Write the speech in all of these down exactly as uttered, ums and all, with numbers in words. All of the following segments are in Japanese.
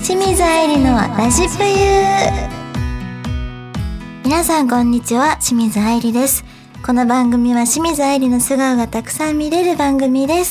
清水愛理のラジプユー。皆さんこんにちは、清水愛理です。この番組は清水愛理の素顔がたくさん見れる番組です。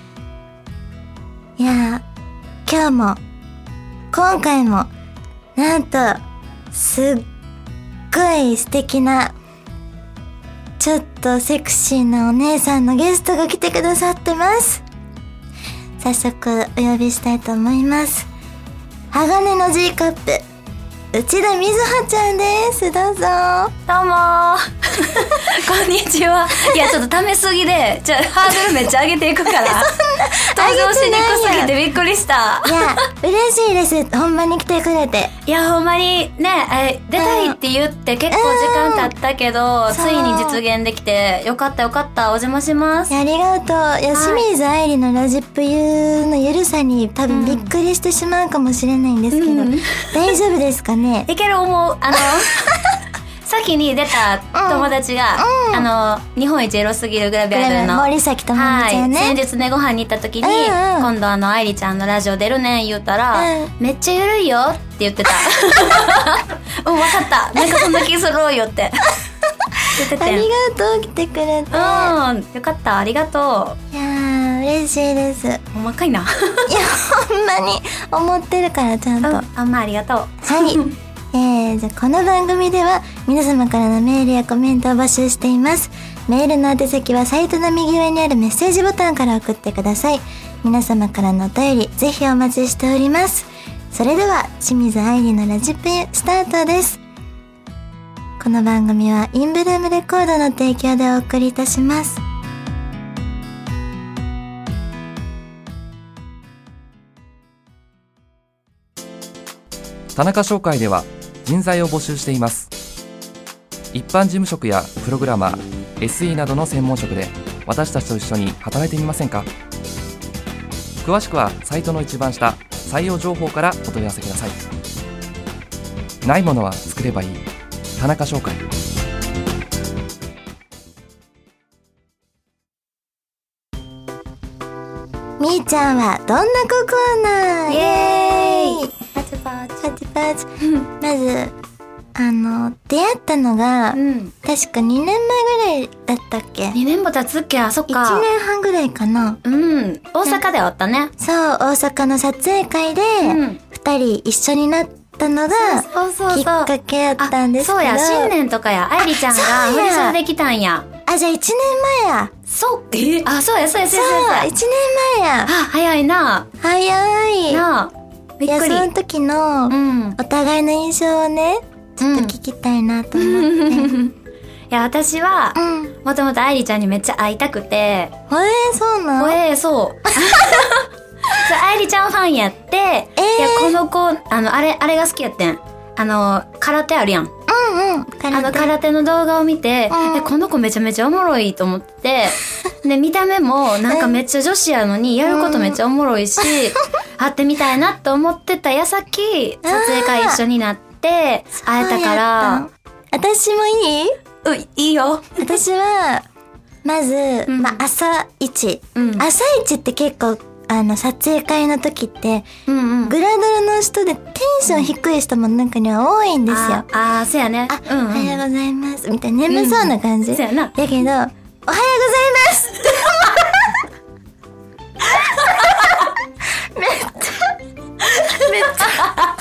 いやー、今日も今回もなんとすっごい素敵なちょっとセクシーなお姉さんのゲストが来てくださってます。早速お呼びしたいと思います。鋼の G カップ内田瑞穂ちゃんです。どうぞ。 どうもーこんにちは。いやちょっとためすぎでじゃハードルめっちゃ上げていくから登場しにくすぎてびっくりした。 いや嬉しいです、ほんまに来てくれて。 いやほんまにね、え出たいって言って結構時間経ったけど、うん、ついに実現できてよかったよかった。お邪魔します。 ありがとう。いや清水愛理のラジプユのゆるさに多分びっくりしてしまうかもしれないんですけど、うん、大丈夫ですかね。 いける思う。あの先に出た友達が、うん、あの日本一エロすぎるグラビアアイドルの森崎智美ちゃんね、 はい、先日ねご飯に行った時に、うんうん、今度あの愛理ちゃんのラジオ出るねん言ったら、うん、めっちゃゆるいよって言ってたうん分かった、なんかそんな気するよって言ってて、 ありがとう来てくれて。 うんよかった、ありがとう。いやー嬉しいです。 ほんまかいな。いやほんまに思ってるからちゃんと、うん、 あんまありがとう。 はいえー、じゃあこの番組では皆様からのメールやコメントを募集しています。メールの宛先はサイトの右上にあるメッセージボタンから送ってください。皆様からのお便りぜひお待ちしております。それでは清水愛理のラジプユスタートです。この番組はインブルームレコードの提供でお送りいたします。 田中商会では人材を募集しています。一般事務職やプログラマー、エスイー などの専門職で私たちと一緒に働いてみませんか。詳しくはサイトの一番下採用情報からお問い合わせください。ないものは作ればいい。田中商会。 みーちゃんはどんな子コーナー。イエーイパチパチパチパチまずあの出会ったのが、うん、確かにねんまえぐらいだったっけ。 にねんも経つっけ。あ、そっかいちねんはんぐらいかな。 うん大阪でおったね。 そう大阪の撮影会で、うん、ふたり一緒になったのがきっかけやったんですけど。 そうや新年とかや愛理ちゃんが振り袖できたんや。 あじゃあいちねんまえや。 そうえあそうやそうやそうやそうやいちねんまえや。 あ早いな早いなあびっくり。 いやその時のお互いの印象をねちょっと聞きたいなと思って、うん、いや私はもともと愛理ちゃんにめっちゃ会いたくて。えー、そうなの。 えー、そう愛理ちゃんファンやって、えー、いやこの子あのあれあれが好きやってん。あの空手あるやん。 うんうんあの空手の動画を見て、うん、えこの子めちゃめちゃおもろいと思ってで見た目もなんかめっちゃ女子やのにやることめっちゃおもろいし、うん、会ってみたいなと思ってた矢先撮影会一緒になって会えたから。 私もいい？ ういいよ。 私はまず、うんまあ、朝一、うん、朝一って結構あの撮影会の時って、うんうん、グラドルの人でテンション低い人も中には多いんですよ。ああそうやね。 あ、うんうん、おはようございますみたいな眠そうな感じ、うん、 そうやな。 だけどおはようございますめっちゃめっちゃ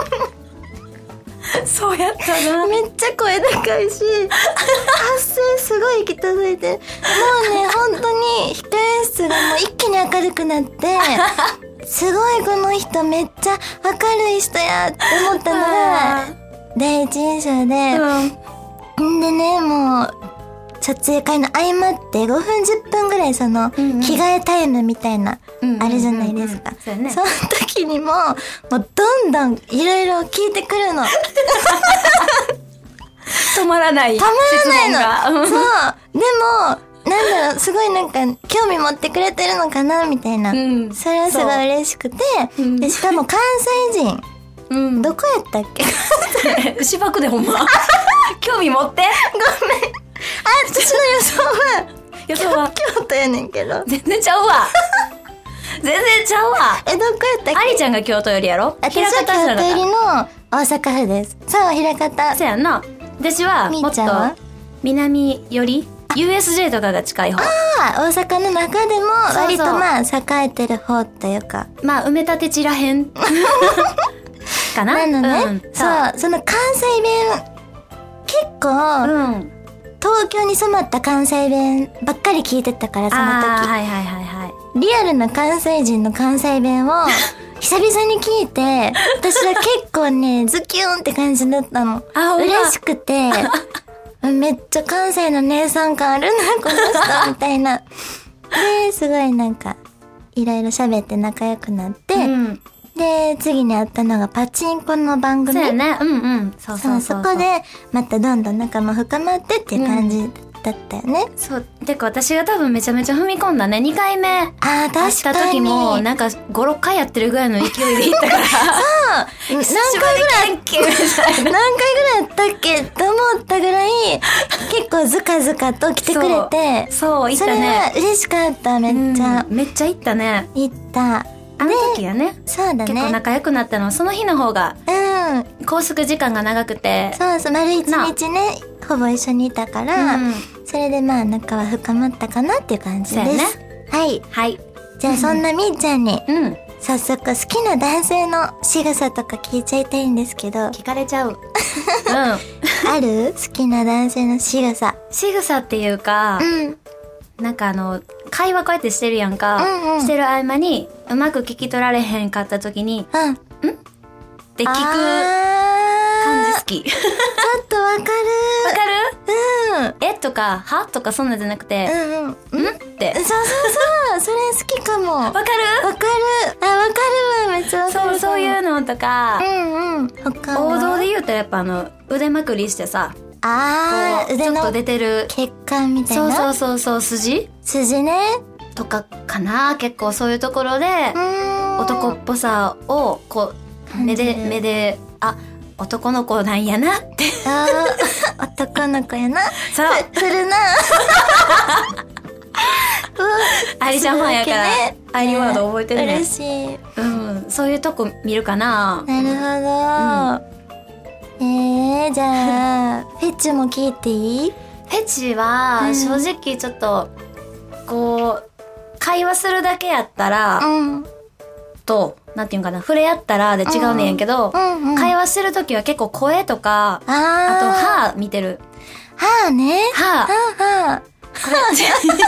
そうやったな。 めっちゃ声高いし発声すごい行き届いて、もうね本当に控え室がもう一気に明るくなってすごいこの人めっちゃ明るい人やって思ったのが第一印象で、うん、でねもう撮影会の合間ってごふんじゅっぷんぐらいその着替えタイムみたいなあるじゃないですか。その時にももうどんどんいろいろ聞いてくるの止まらない止まらないのそうでもなんだろうすごいなんか興味持ってくれてるのかなみたいな、うん、それはすごい嬉しくて、でしかも関西人、うん、どこやったっけしばくでほんま興味持ってごめんあ、私の予想は予想は京都やねんけど全然ちゃうわ全然ちゃうわ。 え、どこやったっけ？ ありちゃんが京都よりやろ？ 私は京都よりの大阪府です。そう、枚方。 そうやんな。私はもっと南より ユーエスジェー とかが近い方。 ああ、大阪の中でも割とまあ栄えてる方というか。 まあ埋め立て地らへんかな。 なのね、 うん、 そう、その関西弁結構、うん、東京に染まった関西弁ばっかり聞いてたから、その時。 はいはいはいはい。 リアルな関西人の関西弁を久々に聞いて、私は結構ね、ズキューンって感じだったの。 あ、 嬉しくて、めっちゃ関西の姉さん感あるな、この人、みたいな。で、すごいなんか、いろいろ喋って仲良くなって、うん、で、次に会ったのがパチンコの番組。 そうやね。うんうん。そうそうそうそう。 そこで、またどんどん仲間深まってっていう感じだったよね。 うん、そう。てか私が多分めちゃめちゃ踏み込んだね。にかいめ。 ああ、確かに。会った時も、なんかご、ろっかいやってるぐらいの勢いで行ったから。そう。 何回ぐらいっけみたいな。何回ぐらいやったっけと思ったぐらい、結構ずかずかと来てくれて。 そう、そう行ったね。 それは嬉しかった、めっちゃ。 うん、めっちゃ行ったね。 行った。 あの時はね。 そうだね。 結構仲良くなったのはその日の方が。うん。拘束時間が長くて。 そうそう、丸一日ね、ほぼ一緒にいたから、うん、それでまあ仲は深まったかなっていう感じです。そうやね。はい。はい。じゃあそんなみーちゃんに、うん。早速好きな男性の仕草とか聞いちゃいたいんですけど。 聞かれちゃう。うん。 ある？好きな男性の仕草。 仕草っていうか、うん。なんかあの、会話こうやってしてるやんか。うんうん、してる合間に、うまく聞き取られへんかった時に、うん。んって聞く感じ好き。 ちょっとわかる。 わかる？うん。えとか、はとかそんなんじゃなくて、うんうん。んって。 そうそうそう。それ好きかも。わかる？わかる。あ、わかるわ。めっちゃわかる。 そう、そういうのとか、 うんうん。他は王道で言うとやっぱあの、腕まくりしてさ、 あー、腕のちょっと出てる血管みたいな。 そうそうそうそう、筋筋ね。 とかかな。結構そういうところで、男っぽさを、こう、目で、目で、あ、男の子なんやなって。 あー、男の子やな。 そう。 するな。 アイリちゃんファンやから、アイリワード覚えてるね。 嬉しい。 うん、そういうとこ見るかな。 なるほど。うん、えー、じゃあ、フェチも聞いていい？ フェチは、正直ちょっと、こう、会話するだけやったら、うん、と、なんていうんかな、触れ合ったらで違うねんやけど、うんうんうん、会話してるときは結構声とか、あ, あと歯見てる。 歯ね。 歯。 歯、歯。これ、いや、違うね。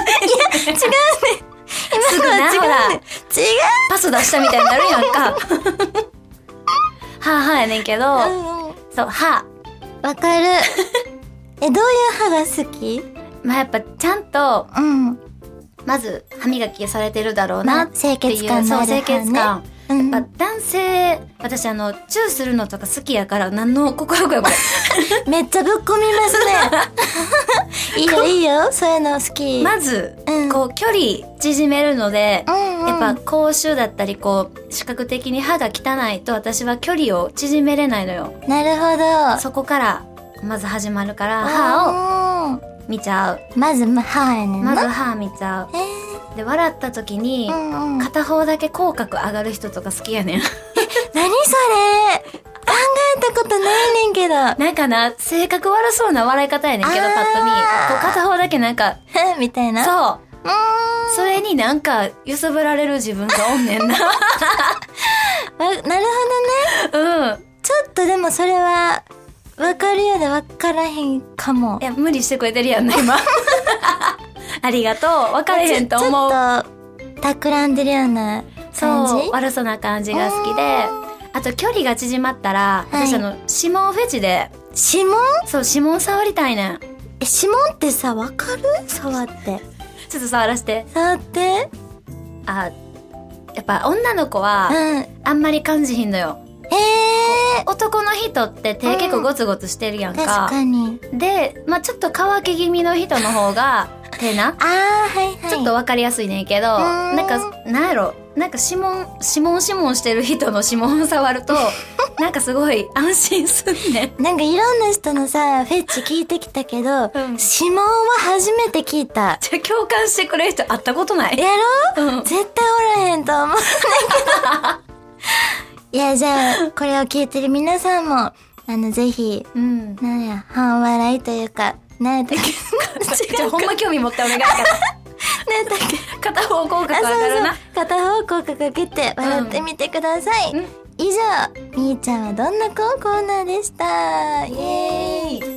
今のは違うね。違う。パス出したみたいになるやんか。歯、歯やねんけど、うんうん、そう、歯。 わかる。え、どういう歯が好き？ まあ、やっぱちゃんと、うん。まず、歯磨きされてるだろうなっていう。 清潔感のある歯ね。 そう、清潔感。うん、やっぱ男性、私あの、チューするのとか好きやから、何の心がこれ。めっちゃぶっ込みますね。いいよいいよ、そういうの好き。 まず、うん、こう、距離縮めるので、うんうん、やっぱ口臭だったり、こう、視覚的に歯が汚いと私は距離を縮めれないのよ。 なるほど。 そこから、まず始まるから、歯を見ちゃう。 まず、ま、歯やねんな。 まず歯見ちゃう。えーで、笑った時に、うんうん、片方だけ口角上がる人とか好きやねん。え、 何それ？考えたことないねんけど。 なんかな、性格悪そうな笑い方やねんけど、パッと見。こう片方だけなんか、 みたいな。 そう。うーんそれになんか、揺さぶられる自分がおんねんな。なるほどね。うん。ちょっとでもそれは、わかるようでわからへんかも。 いや、無理してくれてるやんな、今。ありがとう。分かれへんと思う。 ちょっと、企んでるような感じ？ そう、悪そうな感じが好きで。あと、距離が縮まったら、はい、私あの、指紋フェチで。 指紋？ そう、指紋触りたいねん。え、 指紋ってさ、わかる？触って。 ちょっと触らして。 触って。 あ、やっぱ女の子は、うん、あんまり感じひんのよ。 えー、 男の人って手結構ゴツゴツしてるやんか。 うん、確かに。 で、まあちょっと乾き気味の人の方が、手てな。 あー、はいはい。 ちょっとわかりやすいねんけど、なんか、なんやろ、なんか指紋、指紋指紋してる人の指紋を触ると、なんかすごい安心すんねん。なんかいろんな人のさ、フェッチ聞いてきたけど、うん、指紋は初めて聞いた。 じゃあ共感してくれる人会ったことない？ やろ、うん、絶対おらへんと思うんだけど。いや、じゃあ、これを聞いてる皆さんも、あの、ぜひ、うん、なんや、半笑いというか、なんやったっけじゃあほんま興味持ってお願いから。なんだっけ片方口角上がるな。 そうそう片方口角上げて笑ってみてください。うん、以上、みーちゃんはどんな子コーナーでした。イエーイ。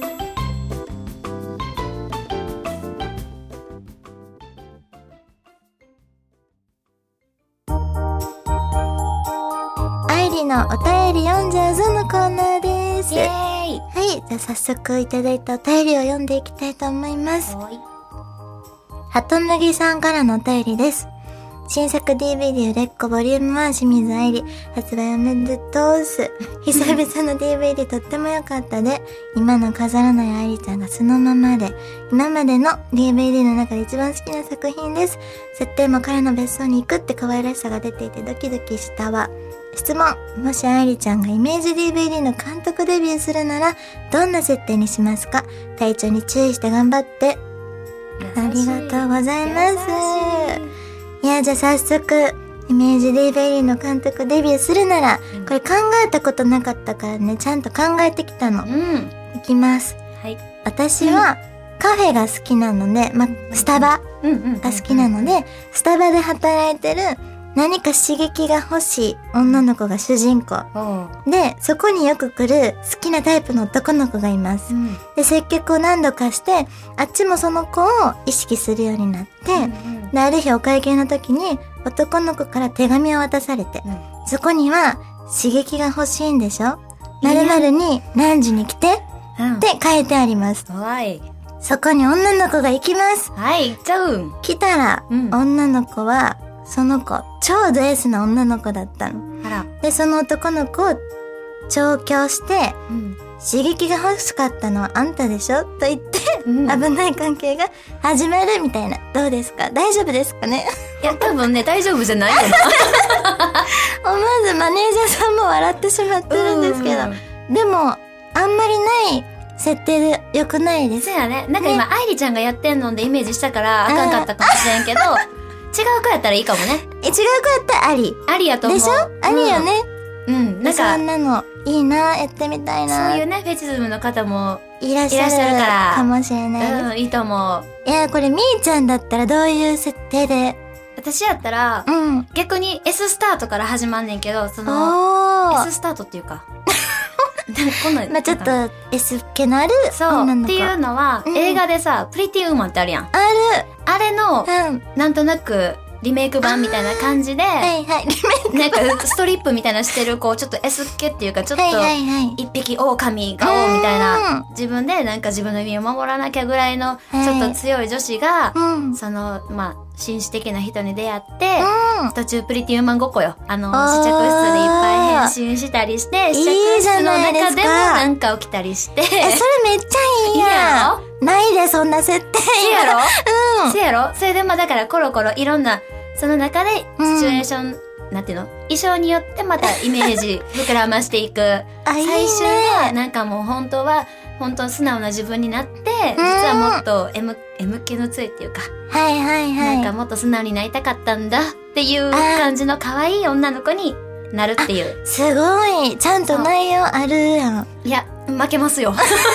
愛理のお便り読んじゃうぞのコーナーです。イエーイ。はい、じゃあ早速いただいたお便りを読んでいきたいと思います。はい。はとむぎさんからのお便りです。新作 ディーブイディー 売れっ子ボリュームワン清水愛理発売おめでとうす。久々の ディーブイディー とっても良かったで、今の飾らない愛理ちゃんがそのままで、今までの ディーブイディー の中で一番好きな作品です。設定も彼の別荘に行くって可愛らしさが出ていてドキドキしたわ。質問。もし愛理ちゃんがイメージ ディーブイディー の監督デビューするなら、どんな設定にしますか？体調に注意して頑張って。ありがとうございます。いや、じゃあ早速、イメージ ディーブイディー の監督デビューするなら、うん、これ考えたことなかったからね、ちゃんと考えてきたの。うん。いきます。はい。私は、カフェが好きなので、ま、スタバが好きなので、スタバで働いてる、何か刺激が欲しい女の子が主人公。で、そこによく来る好きなタイプの男の子がいます。うん、で、接客を何度かして、あっちもその子を意識するようになって、うんうん、で、ある日お会計の時に男の子から手紙を渡されて、うん、そこには刺激が欲しいんでしょ？〇〇に何時に来て、うん、って書いてあります。はい。そこに女の子が行きます。 はい、行っちゃう。 来たら、うん、女の子は、その子、超ド S な女の子だったの。あら。で、その男の子を調教して、うん、刺激が欲しかったのはあんたでしょと言って、うん、危ない関係が始まるみたいな。どうですか？大丈夫ですかね？ いや、多分ね、大丈夫じゃないよな。思わずマネージャーさんも笑ってしまってるんですけど、でも、あんまりない設定で良くないです。 そうやね。なんか今、ね、愛理ちゃんがやってんのでイメージしたからあかんかったかもしれんけど、違う子やったらいいかもね。 え、違う子やったらあり。 ありやと思う。 でしょ？ありよね。 うん。なんか、 そんなの、いいな、やってみたいな。 そういうね、フェチズムの方も、 いらっしゃるから。かもしれないです。 うん、いいと思う。 いや、これ、みーちゃんだったらどういう設定で？ 私やったら、うん、逆に S スタートから始まんねんけど、その、S スタートっていうか。こんなまあちょっと S 気のある女の子。そう。っていうのは、うん、映画でさ、プリティウーマンってあるやん。 ある。 あれの、うん、なんとなく、リメイク版みたいな感じで、はいはい、リメイクなんかストリップみたいなしてる、こう、ちょっと S っ気っていうか、ちょっと、一匹狼が王みたいな、自分でなんか自分の意味を守らなきゃぐらいの、ちょっと強い女子が、その、まあ、紳士的な人に出会って、途中プリティウーマンごっこよ。あの、試着室でいっぱい変身したりして、試着室の中でもなんか起きたりして。え、それめっちゃいいやん。いいやろ？ないで、そんな設定。 せやろ？うん。せやろ？それでまあだからコロコロいろんな、その中でシチュエーション、うん、なんていうの？衣装によってまたイメージ膨らましていく。最終はなんかもう本当は、本当素直な自分になって、実はもっと M、M 系の強いっていうか。 はいはいはい。 なんかもっと素直になりたかったんだっていう感じの可愛い女の子になるっていう。 すごい。ちゃんと内容あるやん。 いや、負けますよ。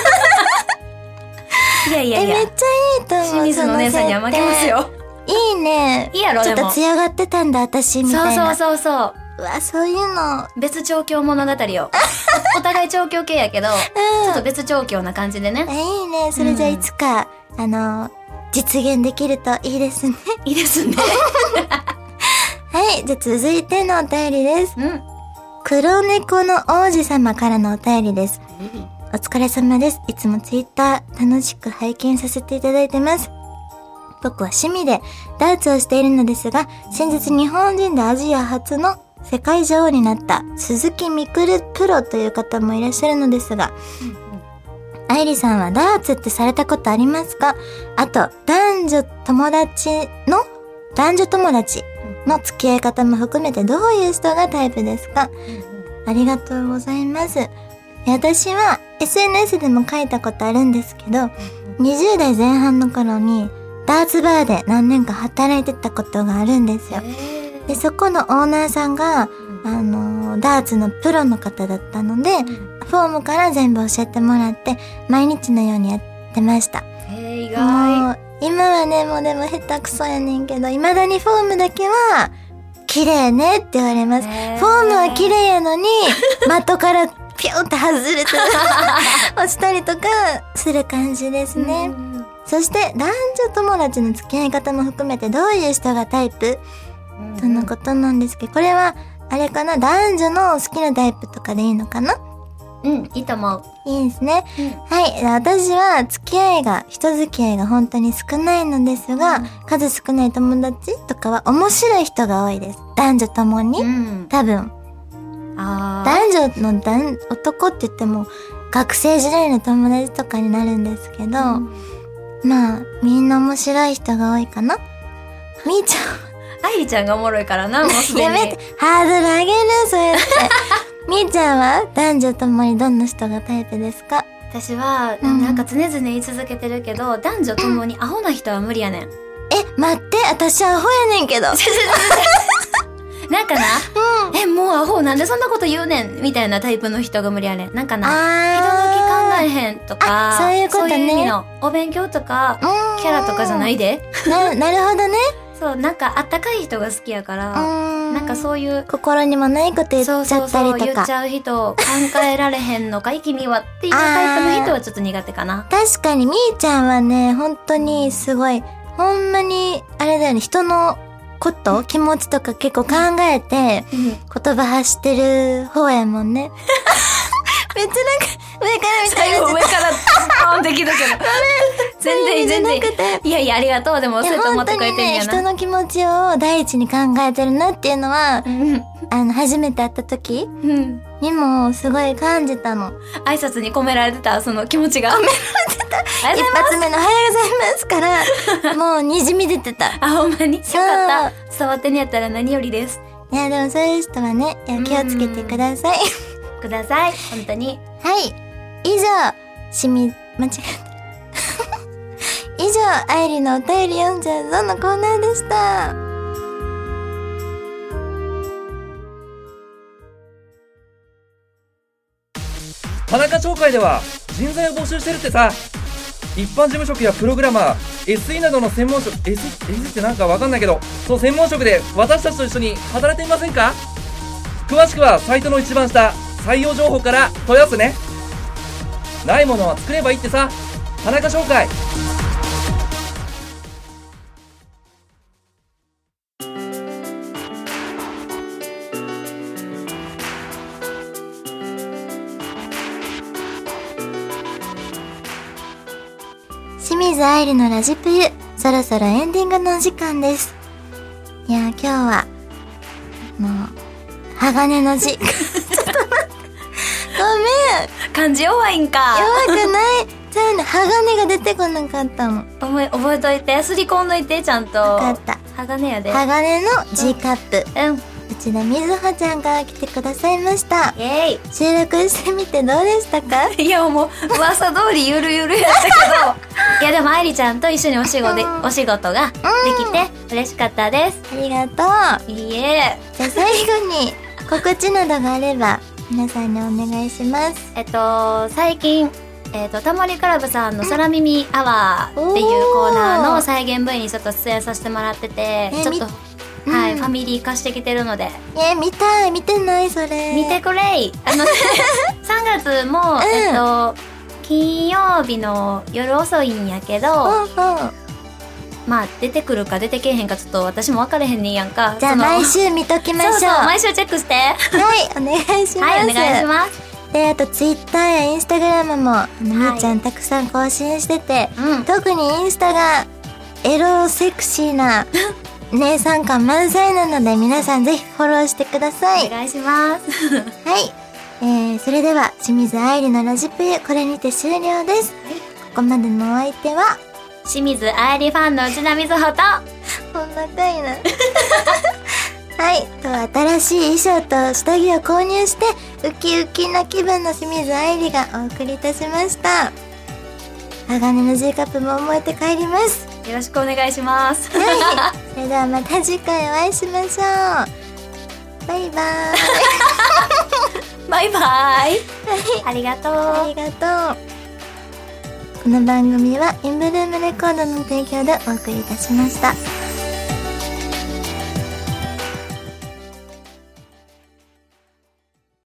いやいやいや。 え、めっちゃいいと思う。 清水のお姉さんには負けますよ。 いいね。 いいやろ、 ちょっと強がってたんだ、私、みたいな。 そうそうそうそう。 うわ、そういうの。 別調教物語よ。お, お互い調教系やけど、うん、ちょっと別調教な感じでね。 え、いいね。それじゃあいつか、うん、あの、実現できるといいですね。 いいですね。 はい、じゃあ続いてのお便りです。うん。黒猫の王子様からのお便りです。うん、お疲れ様です。いつもツイッター楽しく拝見させていただいてます。僕は趣味でダーツをしているのですが、先日日本人でアジア初の世界女王になった鈴木みくるプロという方もいらっしゃるのですが、うんうん、 愛理さんはダーツってされたことありますか？あと、男女友達の、男女友達の付き合い方も含めてどういう人がタイプですか？ありがとうございます。私は エスエヌエス でも書いたことあるんですけど、にじゅう代前半の頃にダーツバーで何年か働いてたことがあるんですよ。で、そこのオーナーさんが、あのー、ダーツのプロの方だったので、フォームから全部教えてもらって、毎日のようにやってました。 へー、意も外。 う今はね、もうでも下手くそやねんけど、未だにフォームだけは、綺麗ねって言われます。フォームは綺麗やのに、的からピュンって外れて落ちたりとかする感じですね。そして男女友達の付き合い方も含めてどういう人がタイプとのことなんですけど、これはあれかな、男女の好きなタイプとかでいいのかな？ うん、いいと思う。 いいですね。 うんはい。私は付き合いが、人付き合いが本当に少ないのですが、うん、数少ない友達とかは面白い人が多いです。男女ともに。うん、多分。 あ男女の男男って言っても、学生時代の友達とかになるんですけど、うん、まあ、みんな面白い人が多いかな。みーちゃん。 愛理ちゃんがおもろいからな、もうすでに。 やめて、ハードル上げる、そうやって。みーちゃんは男女ともにどんな人がタイプですか？ 私は、うん、なんか常々言い続けてるけど、男女ともにアホな人は無理やねん。 え、待って、私アホやねんけど。 なんかな、うん、え、もうアホなんでそんなこと言うねんみたいなタイプの人が無理やねん。なんかな、人の気考えへんとか、 そういうことね。そういう意味のお勉強とか、キャラとかじゃないで。 な、なるほどね。 そう、なんかあったかい人が好きやから、なんかそういう心にもないこと言っちゃったりとか。そうそうそう、 言っちゃう人、考えられへんのかい君はっていうタイプの人はちょっと苦手かな。 確かにみーちゃんはね、本当にすごい、ほんまに、あれだよね、人のこと、気持ちとか結構考えて、言葉発してる方やもんね。めっちゃなんか、上から見たいな。 最後上からパーンってきたけど。全然全然。いやいや、ありがとう。でも、そうやって思ってくれてんやな。 本当にね、人の気持ちを第一に考えてるなっていうのは、うん、あの、初めて会った時、うん、にもすごい感じたの。 挨拶に込められてた、その気持ちが。 込められてた。一発目のおはようございますから、もう滲み出てた。 あ、ほんまに？よかった。伝わってんやったら何よりです。 いや、でもそういう人はね、気をつけてください。 ください。本当に。 はい。以上、しみ、間違えた。以上、愛理のお便り読んじゃうぞのコーナーでした。 田中商会では人材を募集してるってさ。一般事務職やプログラマー、エスイー などの専門職、S、S ってなんかわかんないけど、そう専門職で私たちと一緒に働いてみませんか？詳しくはサイトの一番下、採用情報から問い合わせね。ないものは作ればいいってさ。田中商会。 清水愛理のラジプユ、そろそろエンディングのお時間です。いや、今日はもう鋼の字。ちょっと待って、ごめん。 漢字弱いんか。 弱くない。じゃあね、鋼が出てこなかったの。 覚え、覚えといて。すり込んどいて、ちゃんと。 わかった。 鋼やで。 鋼の G カップ。 うん。 内田瑞穂ちゃんが来てくださいました。 イェイ。 収録してみてどうでしたか？ いや、もう、噂通りゆるゆるやったけど。いや、でも愛理ちゃんと一緒にお仕事で、お仕事ができて嬉しかったです。 ありがとう。 いいえ。 じゃあ最後に告知などがあれば皆さんにお願いします。 えっと、最近、えっと、タモリクラブさんの空耳アワーっていうコーナーの再現 ブイにちょっと出演させてもらってて、ちょっと、はい、うん、ファミリー化してきてるので。 え、見たい。見てないそれ。 見てくれい。あの、さんがつも、うん、えっと、金曜日の夜遅いんやけど、うんうん、まあ出てくるか出てけえへんかちょっと私も分かれへんねんやんか。 じゃあ毎週見ときましょう。 そうそう、毎週チェックして。はい、 お願いします。 はい、お願いします。 で、あとツイッターやインスタグラムも、あの、みーちゃんたくさん更新してて、うん、特にインスタがエロセクシーな姉さん感満載なので皆さんぜひフォローしてください。 お願いします。 はい。 えー、それでは清水愛理のラジプユこれにて終了です。ここまでのお相手は清水愛理ファンの内田瑞穂とこんなかいなはいと、新しい衣装と下着を購入してウキウキな気分の清水愛理がお送りいたしました。鋼の G カップも覚えて帰ります。 よろしくお願いします。 はい、それではまた次回お会いしましょう。バイバーイバイバイありがとう。 ありがとう。この番組はインブルームレコードの提供でお送りいたしました。